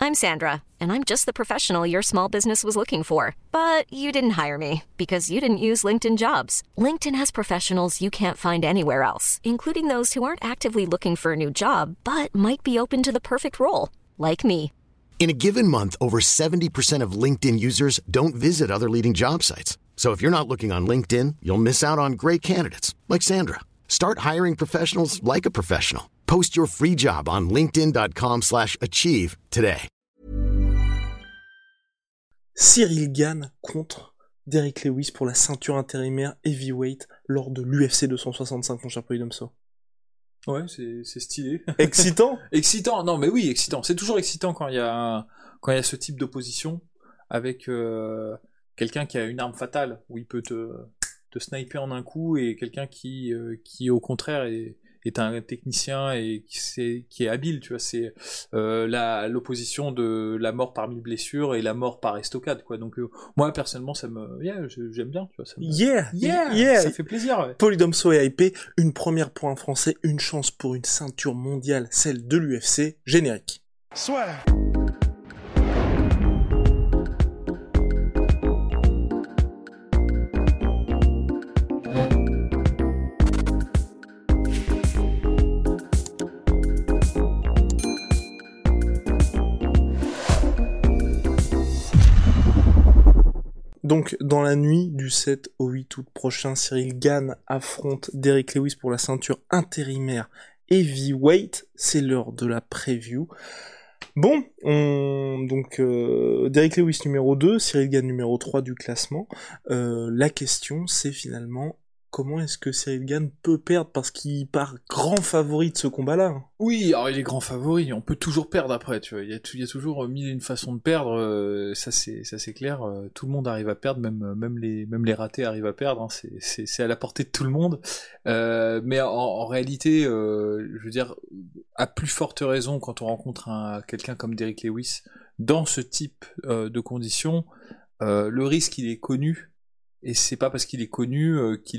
I'm Sandra, and I'm just the professional your small business was looking for. But you didn't hire me because you didn't use LinkedIn Jobs. LinkedIn has professionals you can't find anywhere else, including those who aren't actively looking for a new job, but might be open to the perfect role, like me. In a given month, over 70% of LinkedIn users don't visit other leading job sites. So if you're not looking on LinkedIn, you'll miss out on great candidates like Sandra. Start hiring professionals like a professional. Post your free job on linkedin.com/achieve today. Cyril Gane contre Derrick Lewis pour la ceinture intérimaire heavyweight lors de l'UFC 265, mon cher Polydomso. Ouais, c'est stylé. Excitant. Excitant, non mais oui, excitant. C'est toujours excitant quand il y a ce type d'opposition avec quelqu'un qui a une arme fatale, où il peut te sniper en un coup, et quelqu'un qui au contraire est un technicien et qui est habile, tu vois. C'est l'opposition de la mort par mille blessures et la mort par estocade, quoi. Donc moi personnellement j'aime bien, tu vois. Ça fait plaisir. Ouais. Polydomso est hypé, une première pour un Français, une chance pour une ceinture mondiale, celle de l'UFC. Générique. Soit. Donc, dans la nuit du 7 au 8 août prochain, Cyril Gane affronte Derrick Lewis pour la ceinture intérimaire heavyweight. C'est l'heure de la preview. Bon, Derrick Lewis numéro 2, Cyril Gane numéro 3 du classement. La question, c'est finalement, comment est-ce que Cyril Gane peut perdre, parce qu'il part grand favori de ce combat-là? Oui, alors il est grand favori, on peut toujours perdre après, tu vois. Il y a toujours mille et une façons de perdre, ça c'est clair. Tout le monde arrive à perdre, même les ratés arrivent à perdre, hein. C'est à la portée de tout le monde. Mais en réalité, je veux dire, à plus forte raison quand on rencontre quelqu'un comme Derrick Lewis dans ce type de conditions, le risque il est connu. Et c'est pas parce qu'il est connu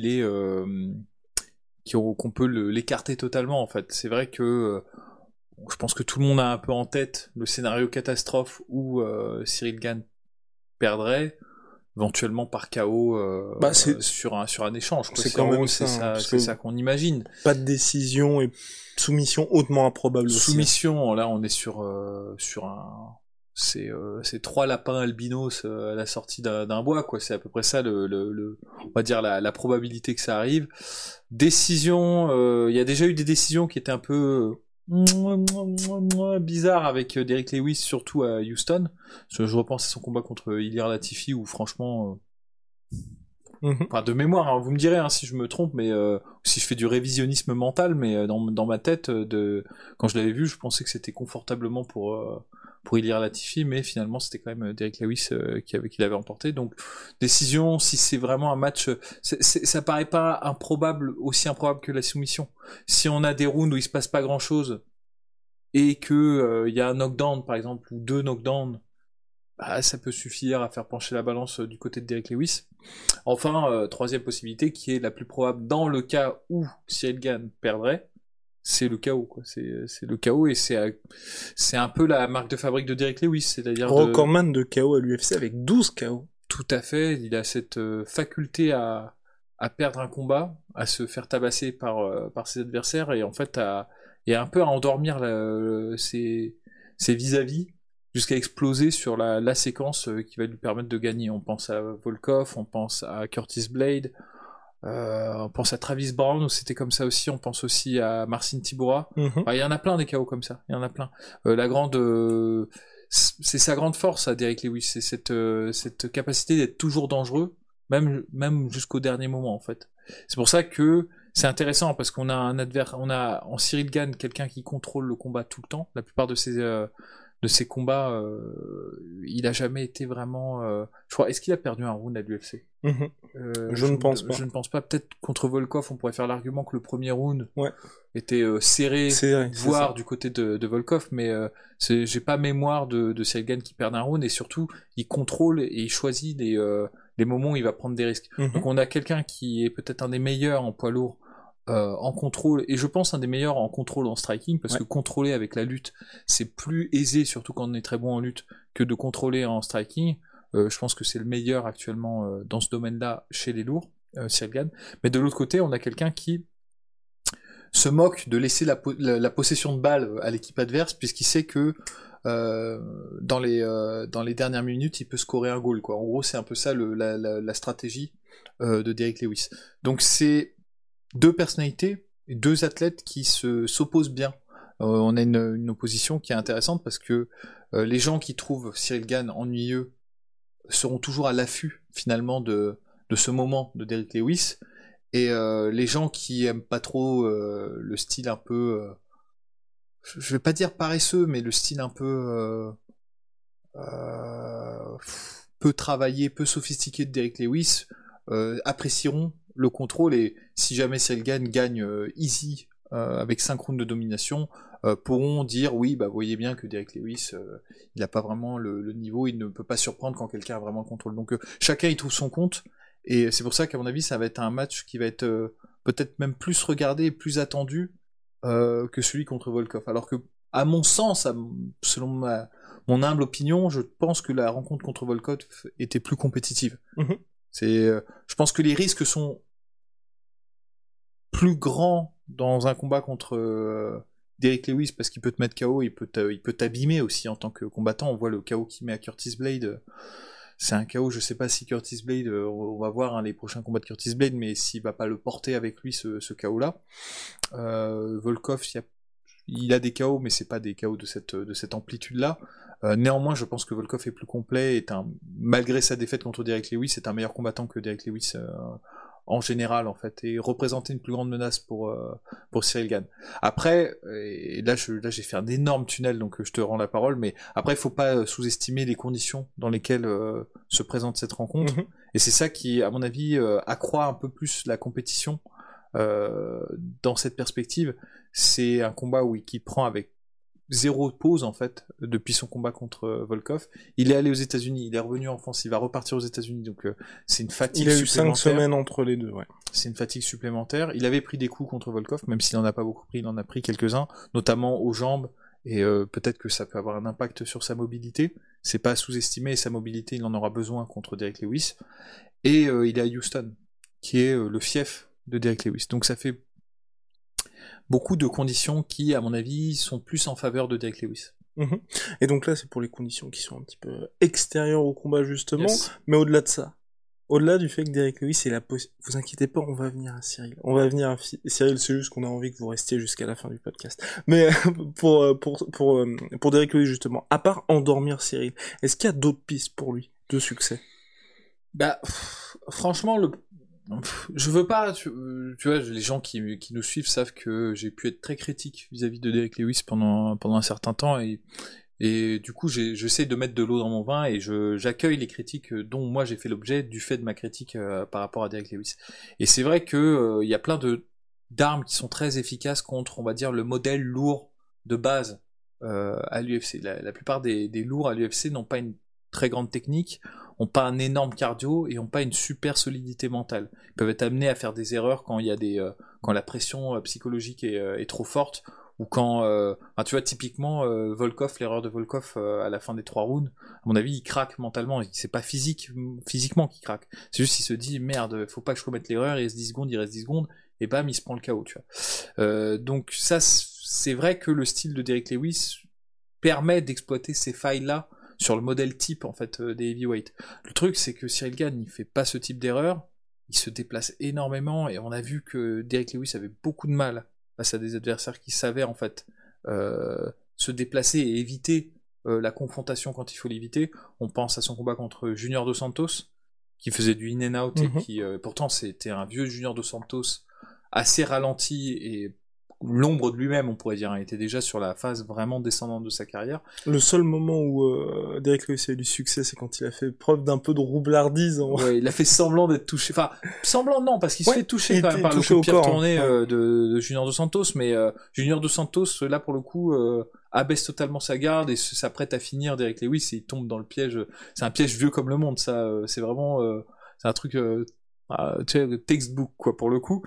qu'on peut l'écarter totalement, en fait. C'est vrai que je pense que tout le monde a un peu en tête le scénario catastrophe où Cyril Gane perdrait, éventuellement par KO sur un échange, quoi. C'est quand même ça, c'est ça qu'on imagine. Pas de décision et soumission hautement improbable aussi. Soumission, là on est sur c'est 3 lapins albinos à la sortie d'un bois, quoi. C'est à peu près ça on va dire la probabilité que ça arrive. Décision, il y a déjà eu des décisions qui étaient un peu bizarres avec Derrick Lewis, surtout à Houston. Je repense à son combat contre Ilir Latifi, où franchement enfin, de mémoire, hein, vous me direz si je me trompe, mais si je fais du révisionnisme mental, mais dans ma tête, quand je l'avais vu, je pensais que c'était confortablement pour Ilir Latifi, mais finalement c'était quand même Derrick Lewis qui l'avait emporté. Donc décision, si c'est vraiment un match, ça paraît pas aussi improbable que la soumission. Si on a des rounds où il se passe pas grand chose et que il y a un knockdown par exemple, ou 2 knockdowns, ça peut suffire à faire pencher la balance du côté de Derrick Lewis. Enfin, troisième possibilité, qui est la plus probable dans le cas où Cyril Gane perdrait, c'est le KO, quoi. C'est le KO, et c'est un peu la marque de fabrique de Derrick Lewis, c'est-à-dire recordman de KO à l'UFC avec 12 KO. Tout à fait, il a cette faculté à perdre un combat, à se faire tabasser par ses adversaires, et en fait et un peu à endormir ses vis-à-vis, jusqu'à exploser sur la séquence qui va lui permettre de gagner. On pense à Volkov, on pense à Curtis Blade, on pense à Travis Brown, où c'était comme ça aussi. On pense aussi à Marcin Tybura. Il y en a plein des KO comme ça, il y en a plein. C'est sa grande force à Derrick Lewis, c'est cette capacité d'être toujours dangereux, même jusqu'au dernier moment, en fait. C'est pour ça que c'est intéressant, parce qu'on a en Cyril Gane quelqu'un qui contrôle le combat tout le temps. La plupart de ses combats, il a jamais été vraiment... je crois, est-ce qu'il a perdu un round à l'UFC? Je ne pense pas. Je ne pense pas. Peut-être contre Volkov, on pourrait faire l'argument que le premier round était serré, voire du côté de Volkov, mais j'ai pas mémoire de Cyril Gane qui perd un round, et surtout, il contrôle et il choisit les moments où il va prendre des risques. Donc on a quelqu'un qui est peut-être un des meilleurs en poids lourd en contrôle, et je pense un des meilleurs en contrôle en striking, parce que contrôler avec la lutte, c'est plus aisé, surtout quand on est très bon en lutte, que de contrôler en striking. Je pense que c'est le meilleur actuellement dans ce domaine-là chez les lourds, Cyril Gane. Mais de l'autre côté, on a quelqu'un qui se moque de laisser la possession de balle à l'équipe adverse, puisqu'il sait que dans les dernières minutes, il peut scorer un goal, quoi. En gros, c'est un peu ça la stratégie de Derrick Lewis. Donc c'est deux personnalités, deux athlètes qui s'opposent bien. On a une opposition qui est intéressante parce que les gens qui trouvent Cyril Gane ennuyeux seront toujours à l'affût finalement de ce moment de Derrick Lewis, et les gens qui aiment pas trop le style un peu je vais pas dire paresseux, mais le style un peu peu travaillé, peu sophistiqué de Derrick Lewis apprécieront le contrôle, et si jamais Cyril Gane gagne easy avec 5 rounds de domination, pourront dire oui, bah vous voyez bien que Derrick Lewis il a pas vraiment le niveau, il ne peut pas surprendre quand quelqu'un a vraiment le contrôle. Donc chacun y trouve son compte, et c'est pour ça qu'à mon avis ça va être un match qui va être peut-être même plus regardé et plus attendu que celui contre Volkov. Alors que, à mon sens, selon mon humble opinion, je pense que la rencontre contre Volkov était plus compétitive. Je pense que les risques sont plus grands dans un combat contre Derrick Lewis, parce qu'il peut te mettre KO, il peut t'abîmer aussi en tant que combattant. On voit le KO qu'il met à Curtis Blade. C'est un KO, je sais pas si Curtis Blade, on va voir les prochains combats de Curtis Blade, mais s'il va pas le porter avec lui ce KO-là. Volkov, il a des KO, mais c'est pas des KO de cette amplitude-là. Néanmoins, je pense que Volkov est plus complet, malgré sa défaite contre Derrick Lewis, c'est un meilleur combattant que Derrick Lewis en général, en fait, et représentait une plus grande menace pour Cyril Gane. Après, et là j'ai fait un énorme tunnel, donc je te rends la parole, mais après, il faut pas sous-estimer les conditions dans lesquelles se présente cette rencontre, et c'est ça qui, à mon avis, accroît un peu plus la compétition dans cette perspective. C'est un combat qui prend avec 0 pause en fait depuis son combat contre Volkov. Il est allé aux États-Unis, il est revenu en France, il va repartir aux États-Unis, donc c'est une fatigue supplémentaire. Il a eu 5 semaines entre les deux, ouais. C'est une fatigue supplémentaire. Il avait pris des coups contre Volkov, même s'il en a pas beaucoup pris, il en a pris quelques-uns, notamment aux jambes, et peut-être que ça peut avoir un impact sur sa mobilité. C'est pas à sous-estimer, et sa mobilité, il en aura besoin contre Derrick Lewis. Et il est à Houston, qui est le fief de Derrick Lewis. Donc ça fait beaucoup de conditions qui, à mon avis, sont plus en faveur de Derrick Lewis. Et donc là, c'est pour les conditions qui sont un petit peu extérieures au combat, justement. Yes. Mais au-delà de ça, au-delà du fait que Derrick Lewis est vous inquiétez pas, on va venir à Cyril. On va venir à Cyril, c'est juste qu'on a envie que vous restiez jusqu'à la fin du podcast. Mais pour Derrick Lewis, justement, à part endormir Cyril, est-ce qu'il y a d'autres pistes pour lui de succès? Bah, franchement, je veux pas, tu vois, les gens qui nous suivent savent que j'ai pu être très critique vis-à-vis de Derrick Lewis pendant un certain temps, et du coup j'essaie de mettre de l'eau dans mon vin, et j'accueille les critiques dont moi j'ai fait l'objet du fait de ma critique par rapport à Derrick Lewis. Et c'est vrai que il y a plein d'armes qui sont très efficaces contre, on va dire, le modèle lourd de base à l'UFC. La plupart des lourds à l'UFC n'ont pas une très grande technique, ont pas un énorme cardio et ont pas une super solidité mentale. Ils peuvent être amenés à faire des erreurs quand il y a quand la pression psychologique est trop forte, ou quand tu vois, typiquement Volkov, l'erreur de Volkov à la fin des 3 rounds, à mon avis il craque mentalement. C'est pas physiquement qu'il craque, c'est juste qu'il se dit merde, faut pas que je commette l'erreur, il reste 10 secondes, et bam, il se prend le KO, tu vois. Donc ça, c'est vrai que le style de Derrick Lewis permet d'exploiter ces failles là sur le modèle type, en fait, des heavyweights. Le truc, c'est que Cyril Gane, il fait pas ce type d'erreur, il se déplace énormément, et on a vu que Derrick Lewis avait beaucoup de mal face à des adversaires qui savaient, en fait, se déplacer et éviter la confrontation quand il faut l'éviter. On pense à son combat contre Junior Dos Santos, qui faisait du in and out, et qui, pourtant, c'était un vieux Junior Dos Santos assez ralenti, et l'ombre de lui-même, on pourrait dire, il était déjà sur la phase vraiment descendante de sa carrière. Le seul moment où Derrick Lewis a eu du succès, c'est quand il a fait preuve d'un peu de roublardise. Ouais, il a fait semblant d'être touché. Enfin, semblant non, parce qu'il se fait toucher quand même par le coup de pierre tourné de Junior Dos Santos, mais Junior Dos Santos, là pour le coup, abaisse totalement sa garde et s'apprête à finir Derrick Lewis, et il tombe dans le piège. C'est un piège vieux comme le monde, ça. C'est vraiment, c'est un truc, tu sais, textbook quoi pour le coup.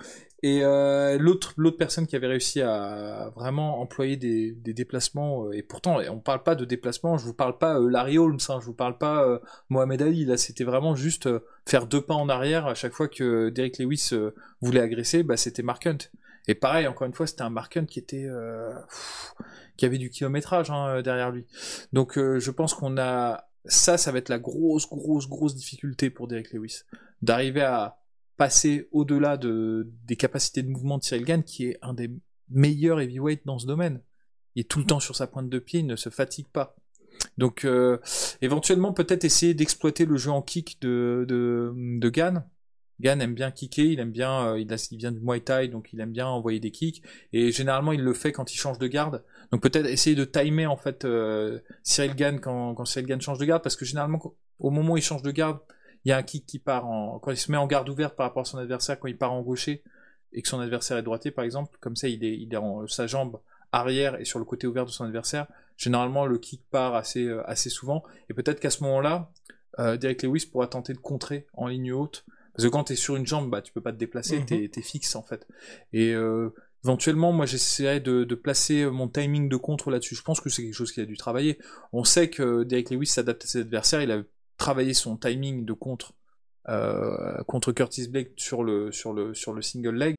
Et l'autre personne qui avait réussi à vraiment employer des déplacements, et pourtant on parle pas de déplacements, je vous parle pas Larry Holmes, hein, je vous parle pas Mohamed Ali, là c'était vraiment juste faire 2 pas en arrière à chaque fois que Derrick Lewis voulait agresser, bah c'était Mark Hunt. Et pareil, encore une fois, c'était un Mark Hunt qui avait du kilométrage derrière lui. Donc je pense qu'on a ça va être la grosse difficulté pour Derrick Lewis, d'arriver à passer au-delà des capacités de mouvement de Cyril Gane, qui est un des meilleurs heavyweights dans ce domaine. Il est tout le temps sur sa pointe de pied, il ne se fatigue pas. Donc, éventuellement, peut-être essayer d'exploiter le jeu en kick de Gane. Gane aime bien kicker, il aime bien, il vient du Muay Thai, donc il aime bien envoyer des kicks, et généralement il le fait quand il change de garde. Donc peut-être essayer de timer en fait Cyril Gane quand Cyril Gane change de garde, parce que généralement au moment où il change de garde, il y a un kick qui part quand il se met en garde ouverte par rapport à son adversaire, quand il part en gaucher et que son adversaire est droitier par exemple, comme ça il est sa jambe arrière et sur le côté ouvert de son adversaire. Généralement le kick part assez souvent, et peut-être qu'à ce moment-là, Derrick Lewis pourra tenter de contrer en ligne haute, parce que quand t'es sur une jambe, bah tu peux pas te déplacer, t'es fixe en fait. Et éventuellement, moi j'essaierai de placer mon timing de contre là-dessus. Je pense que c'est quelque chose qu'il a dû travailler. On sait que Derrick Lewis s'adapte à ses adversaires, il a travailler son timing de contre Curtis Blake sur le single leg.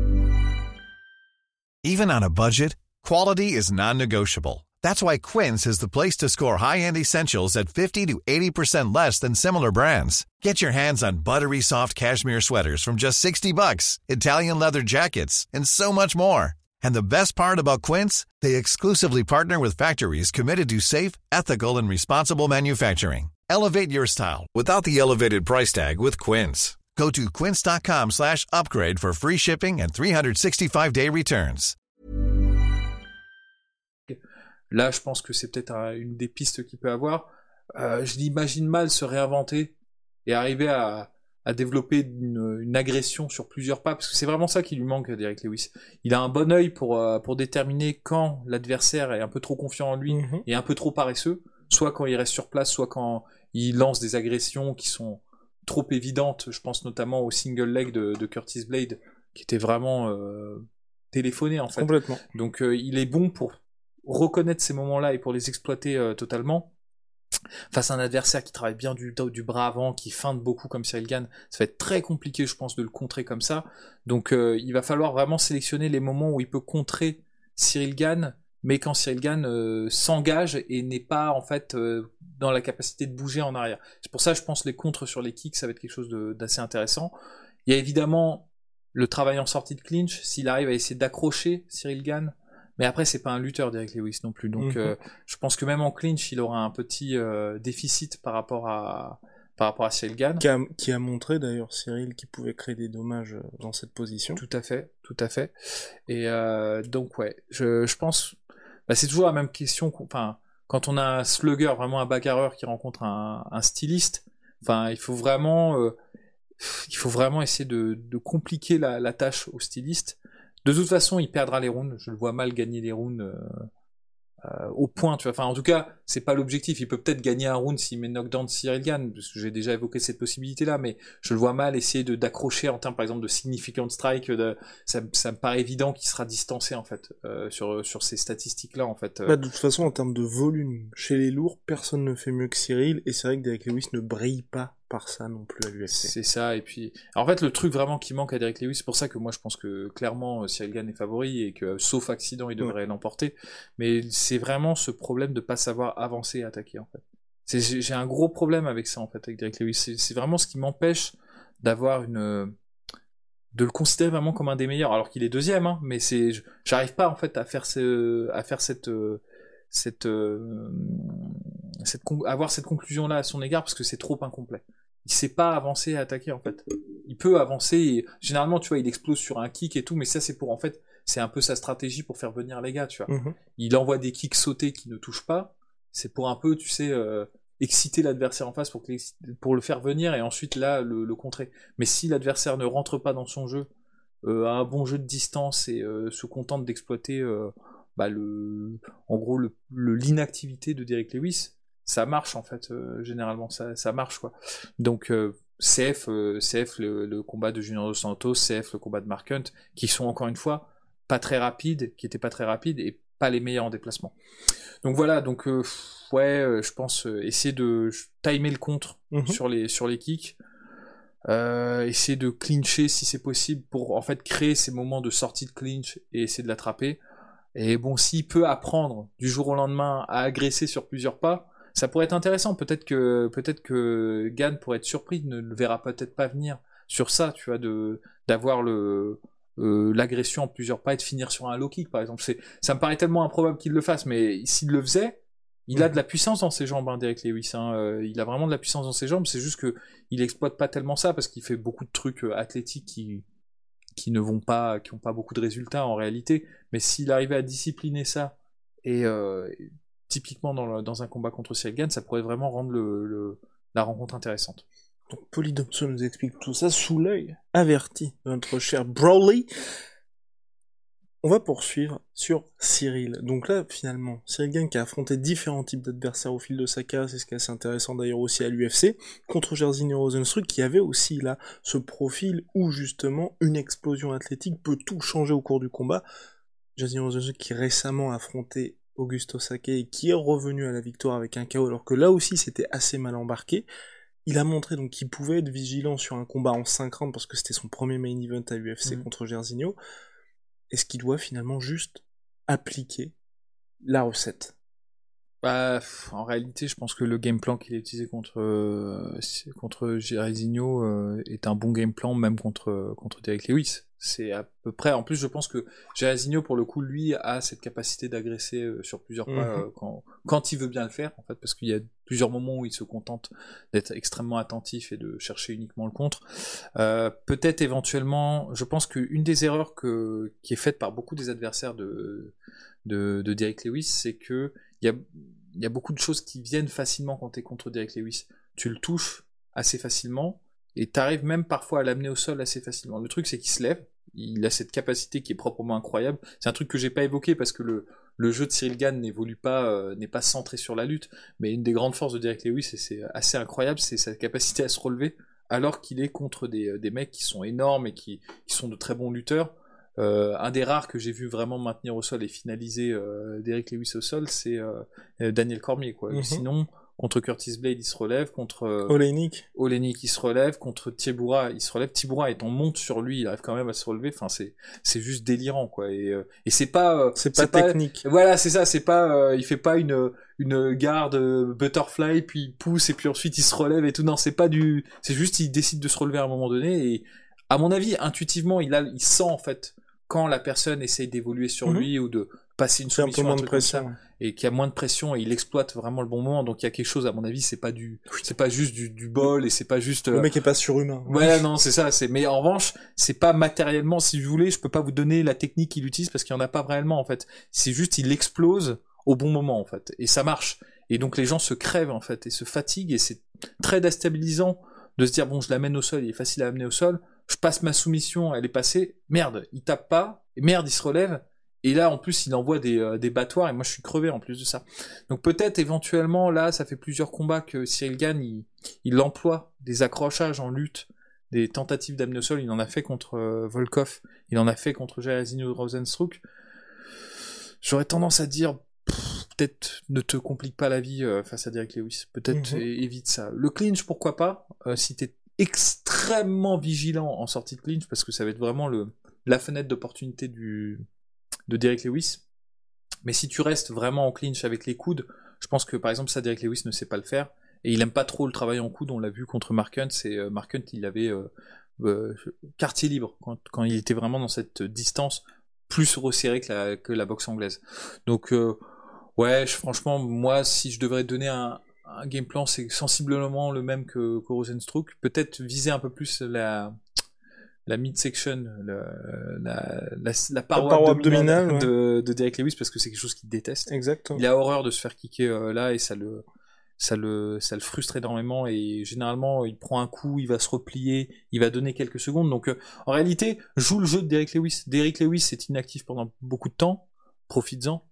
Even on a budget, quality is non-negotiable. That's why Quince is the place to score high-end essentials at 50 to 80% less than similar brands. Get your hands on buttery soft cashmere sweaters from just $60, Italian leather jackets, and so much more. And the best part about Quince, they exclusively partner with factories committed to safe, ethical, and responsible manufacturing. Elevate your style without the elevated price tag with Quince. Go to quince.com/upgrade for free shipping and 365-day returns. Là, je pense que c'est peut-être une des pistes qu'il peut avoir. Je l'imagine mal se réinventer et arriver à développer une agression sur plusieurs pas, parce que c'est vraiment ça qui lui manque à Derrick Lewis. Il a un bon œil pour déterminer quand l'adversaire est un peu trop confiant en lui et un peu trop paresseux, soit quand il reste sur place, soit quand il lance des agressions qui sont trop évidentes. Je pense notamment au single leg de Curtis Blade, qui était vraiment téléphoné en fait. Complètement. Donc il est bon pour reconnaître ces moments-là et pour les exploiter totalement. Face à un adversaire qui travaille bien du bras avant, qui feinte beaucoup comme Cyril Gane, ça va être très compliqué, je pense, de le contrer comme ça. Donc il va falloir vraiment sélectionner les moments où il peut contrer Cyril Gane, mais quand Cyril Gane s'engage et n'est pas en fait dans la capacité de bouger en arrière. C'est pour ça, je pense, les contres sur les kicks, ça va être quelque chose d'assez intéressant. Il y a évidemment le travail en sortie de clinch, s'il arrive à essayer d'accrocher Cyril Gane. Mais après, c'est pas un lutteur, Derrick Lewis, non plus. Donc, je pense que même en clinch, il aura un petit déficit par rapport à Cyril Gane. Qui a montré, d'ailleurs, Cyril, qui pouvait créer des dommages dans cette position. Tout à fait. Et donc, ouais, je pense... Bah, c'est toujours la même question. Enfin, quand on a un slugger, vraiment un bagarreur qui rencontre un styliste, enfin, il faut vraiment essayer de compliquer la tâche au styliste. De toute façon, il perdra les rounds. Je le vois mal gagner les rounds au point, tu vois. Enfin, en tout cas, c'est pas l'objectif. Il peut peut-être gagner un round s'il met knockdown de Cyril Gane, parce que j'ai déjà évoqué cette possibilité-là, mais je le vois mal essayer d'accrocher en termes, par exemple, de significant strike. Ça me paraît évident qu'il sera distancé, en fait, sur ces statistiques-là, en fait. Bah, de toute façon, en termes de volume, chez les lourds, personne ne fait mieux que Cyril, et c'est vrai que Derrick Lewis ne brille pas par ça non plus à l'UFC. C'est ça, et puis... En fait, le truc vraiment qui manque à Derrick Lewis, c'est pour ça que moi je pense que clairement Cyril Gane est favori, et que sauf accident, il devrait l'emporter, mais c'est vraiment ce problème de pas savoir avancer et attaquer, en fait. J'ai un gros problème avec ça, en fait, avec Derrick Lewis. C'est vraiment ce qui m'empêche d'avoir de le considérer vraiment comme un des meilleurs, alors qu'il est deuxième, hein, mais j'arrive pas, en fait, à faire avoir cette conclusion-là à son égard, parce que c'est trop incomplet. Il sait pas avancer et attaquer, en fait. Il peut avancer et généralement, tu vois, il explose sur un kick et tout, mais ça, c'est pour, en fait, c'est un peu sa stratégie pour faire venir les gars, tu vois. Il envoie des kicks sautés qui ne touchent pas. C'est pour un peu, tu sais, exciter l'adversaire en face pour le faire venir et ensuite, là, le contrer. Mais si l'adversaire ne rentre pas dans son jeu, a un bon jeu de distance et se contente d'exploiter, en gros, l'inactivité de Derrick Lewis, ça marche en fait, généralement ça marche quoi. Donc CF le combat de Junior Dos Santos, CF le combat de Mark Hunt, qui sont encore une fois pas très rapides, qui étaient pas très rapides et pas les meilleurs en déplacement. Donc voilà, donc je pense essayer de timer le contre sur les kicks, essayer de clincher si c'est possible pour en fait créer ces moments de sortie de clinch et essayer de l'attraper. Et bon, s'il peut apprendre du jour au lendemain à agresser sur plusieurs pas, ça pourrait être intéressant. Peut-être que Gane pourrait être surpris, ne le verra peut-être pas venir sur ça, tu vois, d'avoir l'agression en plusieurs pas et de finir sur un low kick, par exemple. Ça me paraît tellement improbable qu'il le fasse, mais s'il le faisait, il a de la puissance dans ses jambes, Derrick Lewis. Il a vraiment de la puissance dans ses jambes. C'est juste que il exploite pas tellement ça parce qu'il fait beaucoup de trucs athlétiques qui n'ont pas beaucoup de résultats en réalité. Mais s'il arrivait à discipliner ça et typiquement dans un combat contre Cyril Gane, ça pourrait vraiment rendre la rencontre intéressante. Donc Polydomso nous explique tout ça sous l'œil averti de notre cher Brawley. On va poursuivre sur Cyril. Donc là, finalement, Cyril Gane qui a affronté différents types d'adversaires au fil de sa carrière, c'est ce qui est assez intéressant d'ailleurs aussi à l'UFC, contre Jairzinho Rozenstruik, qui avait aussi là ce profil où justement une explosion athlétique peut tout changer au cours du combat. Jairzinho Rozenstruik qui récemment a affronté Augusto Sakai et qui est revenu à la victoire avec un KO, alors que là aussi c'était assez mal embarqué. Il a montré donc qu'il pouvait être vigilant sur un combat en 5 rounds parce que c'était son premier main event à l'UFC contre Jairzinho. Est-ce qu'il doit finalement juste appliquer la recette? En réalité, je pense que le game plan qu'il a utilisé contre Jairzinho est un bon game plan, même contre Derrick Lewis. C'est à peu près. En plus, je pense que Jairzinho, pour le coup, lui, a cette capacité d'agresser sur plusieurs pas quand il veut bien le faire, en fait, parce qu'il y a plusieurs moments où il se contente d'être extrêmement attentif et de chercher uniquement le contre. Peut-être éventuellement, je pense qu'une des erreurs qui est faite par beaucoup des adversaires de Derrick Lewis, c'est que il y a beaucoup de choses qui viennent facilement quand tu es contre Derrick Lewis. Tu le touches assez facilement et tu arrives même parfois à l'amener au sol assez facilement. Le truc, c'est qu'il se lève. Il a cette capacité qui est proprement incroyable. C'est un truc que j'ai pas évoqué parce que le jeu de Cyril Gane n'est pas centré sur la lutte, mais une des grandes forces de Derrick Lewis, et c'est assez incroyable, c'est sa capacité à se relever alors qu'il est contre des mecs qui sont énormes et qui sont de très bons lutteurs. Un des rares que j'ai vu vraiment maintenir au sol et finaliser Derrick Lewis au sol, c'est Daniel Cormier, quoi. Sinon, contre Curtis Blade, il se relève, contre Oleinik, il se relève, contre Tibura, il se relève. Tibura, et on monte sur lui, il arrive quand même à se relever. Enfin, c'est juste délirant, quoi. Et c'est pas technique. Voilà, c'est ça. C'est pas, il fait pas une garde butterfly, puis il pousse et puis ensuite il se relève et tout. Non, c'est juste il décide de se relever à un moment donné. Et à mon avis, intuitivement, il sent en fait quand la personne essaye d'évoluer sur lui ou de passer une soumission, un truc comme ça, et qu'il y a moins de pression et il exploite vraiment le bon moment. Donc il y a quelque chose, à mon avis, c'est pas juste du bol et c'est pas juste le mec est pas surhumain. Ouais, non, c'est ça, mais en revanche, c'est pas matériellement, si vous voulez, je peux pas vous donner la technique qu'il utilise parce qu'il y en a pas réellement en fait. C'est juste il explose au bon moment en fait et ça marche. Et donc les gens se crèvent en fait et se fatiguent et c'est très déstabilisant de se dire bon, je l'amène au sol, il est facile à amener au sol. Je passe ma soumission, elle est passée, merde, il tape pas, et merde, il se relève, et là, en plus, il envoie des battoirs, et moi, je suis crevé en plus de ça. Donc peut-être, éventuellement, là, ça fait plusieurs combats que Cyril Gane, il emploie des accrochages en lutte, des tentatives d'amener au sol, il en a fait contre Volkov, il en a fait contre Jairzinho Rozenstruik. J'aurais tendance à dire, peut-être ne te complique pas la vie face à Derrick Lewis, peut-être évite ça. Le clinch, pourquoi pas, si t'es extrêmement vigilant en sortie de clinch parce que ça va être vraiment la fenêtre d'opportunité de Derrick Lewis. Mais si tu restes vraiment en clinch avec les coudes, je pense que par exemple ça Derrick Lewis ne sait pas le faire et il aime pas trop le travail en coude. On l'a vu contre Mark Hunt, Mark Hunt il avait quartier libre quand il était vraiment dans cette distance plus resserrée que la boxe anglaise. Donc franchement moi si je devrais donner un game plan, c'est sensiblement le même que Rozenstruik. Peut-être viser un peu plus la midsection, la paroi abdominale de Derrick Lewis, parce que c'est quelque chose qu'il déteste. Exactement. Il a horreur de se faire kicker là, et ça le frustre énormément, et généralement, il prend un coup, il va se replier, il va donner quelques secondes. Donc, en réalité, joue le jeu de Derrick Lewis. Derrick Lewis est inactif pendant beaucoup de temps, profites-en.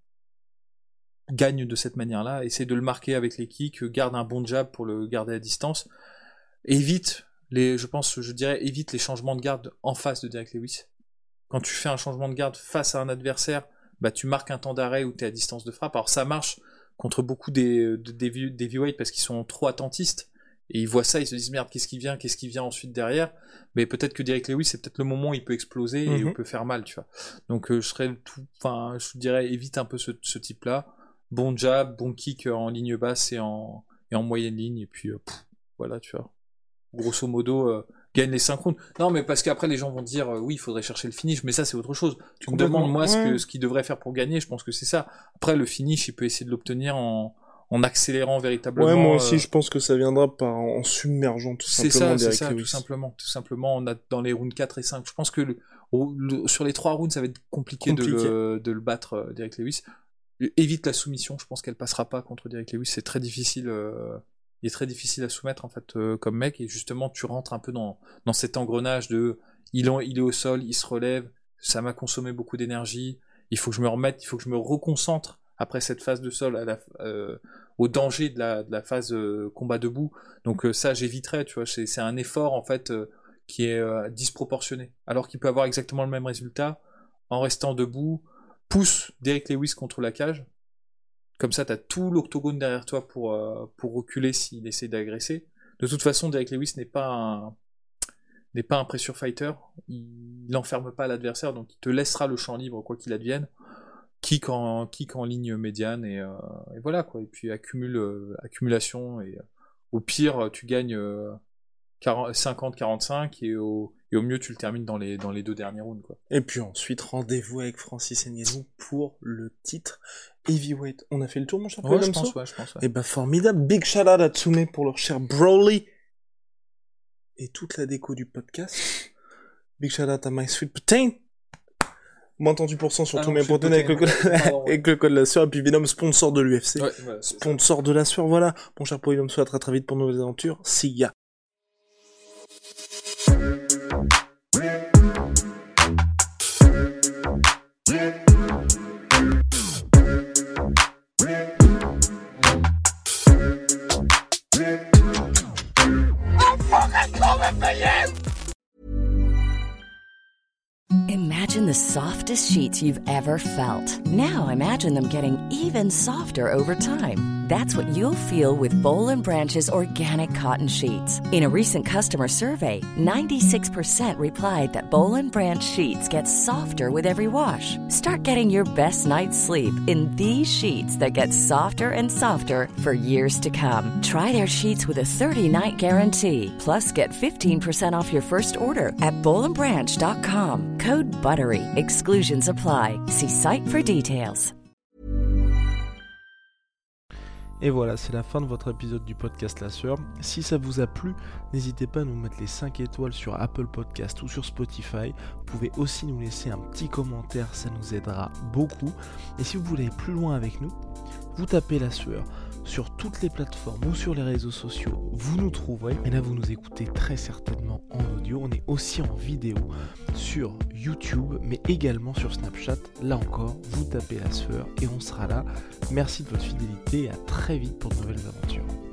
Gagne de cette manière-là, essaie de le marquer avec les kicks, garde un bon jab pour le garder à distance, évite je dirais, évite les changements de garde en face de Derrick Lewis. Quand tu fais un changement de garde face à un adversaire, bah tu marques un temps d'arrêt où tu es à distance de frappe. Alors ça marche contre beaucoup des heavyweights parce qu'ils sont trop attentistes. Et ils voient ça, ils se disent merde, qu'est-ce qui vient ensuite derrière. Mais peut-être que Derrick Lewis, c'est peut-être le moment où il peut exploser et il peut faire mal, tu vois. Donc je dirais, évite un peu ce type-là. Bon jab, bon kick en ligne basse et en moyenne ligne. Et puis voilà, tu vois. Grosso modo, gagne les 5 rounds. Non, mais parce qu'après les gens vont dire oui, il faudrait chercher le finish, mais ça c'est autre chose. Tu me demandes moi ce qu'il devrait faire pour gagner, je pense que c'est ça. Après le finish, il peut essayer de l'obtenir en accélérant véritablement. Ouais, moi aussi je pense que ça viendra en submergeant tout simplement Derrick Lewis. Tout simplement, on a dans les rounds 4 et 5. Je pense que sur les 3 rounds, ça va être compliqué. De le battre Derrick Lewis. Évite la soumission, je pense qu'elle passera pas contre Derrick Lewis, c'est très difficile. Il est très difficile à soumettre en fait comme mec, et justement tu rentres un peu dans cet engrenage de il est au sol, il se relève, ça m'a consommé beaucoup d'énergie, il faut que je me remette, il faut que je me reconcentre après cette phase de sol au danger de la phase combat debout. Donc ça j'éviterais, tu vois, c'est un effort en fait qui est disproportionné, alors qu'il peut avoir exactement le même résultat en restant debout. Pousse Derrick Lewis contre la cage. Comme ça, t'as tout l'octogone derrière toi pour reculer s'il essaie d'agresser. De toute façon, Derrick Lewis n'est pas un pressure fighter. Il n'enferme pas l'adversaire, donc il te laissera le champ libre quoi qu'il advienne. Kick en ligne médiane et voilà quoi. Et puis accumulation et au pire tu gagnes 50-45 et au mieux tu le termines dans les 2 derniers rounds quoi. Et puis ensuite rendez-vous avec Francis Ngannou pour le titre heavyweight. On a fait le tour mon cher Paul Damso ? Je pense. Et bah formidable, big shout out à Tsume pour leur cher Broly et toute la déco du podcast. Big shout out à My Sweet Protein. Moins 38% sur tous mes protéines avec le code la sueur. Et puis Venom, sponsor de l'UFC. Ouais, voilà, sponsor de la sueur, voilà. Mon cher Paul Damso, à très très vite pour de nouvelles aventures. See ya. Imagine the softest sheets you've ever felt. Now imagine them getting even softer over time. That's what you'll feel with Boll & Branch's organic cotton sheets. In a recent customer survey, 96% replied that Boll & Branch sheets get softer with every wash. Start getting your best night's sleep in these sheets that get softer and softer for years to come. Try their sheets with a 30-night guarantee. Plus, get 15% off your first order at bollandbranch.com. Code BUTTERY. Exclusions apply. See site for details. Et voilà, c'est la fin de votre épisode du podcast La Sueur. Si ça vous a plu, n'hésitez pas à nous mettre les 5 étoiles sur Apple Podcast ou sur Spotify. Vous pouvez aussi nous laisser un petit commentaire, ça nous aidera beaucoup. Et si vous voulez aller plus loin avec nous, vous tapez La Sueur sur toutes les plateformes ou sur les réseaux sociaux, vous nous trouverez. Et là, vous nous écoutez très certainement en audio. On est aussi en vidéo sur YouTube, mais également sur Snapchat. Là encore, vous tapez La Sueur et on sera là. Merci de votre fidélité et à très vite pour de nouvelles aventures.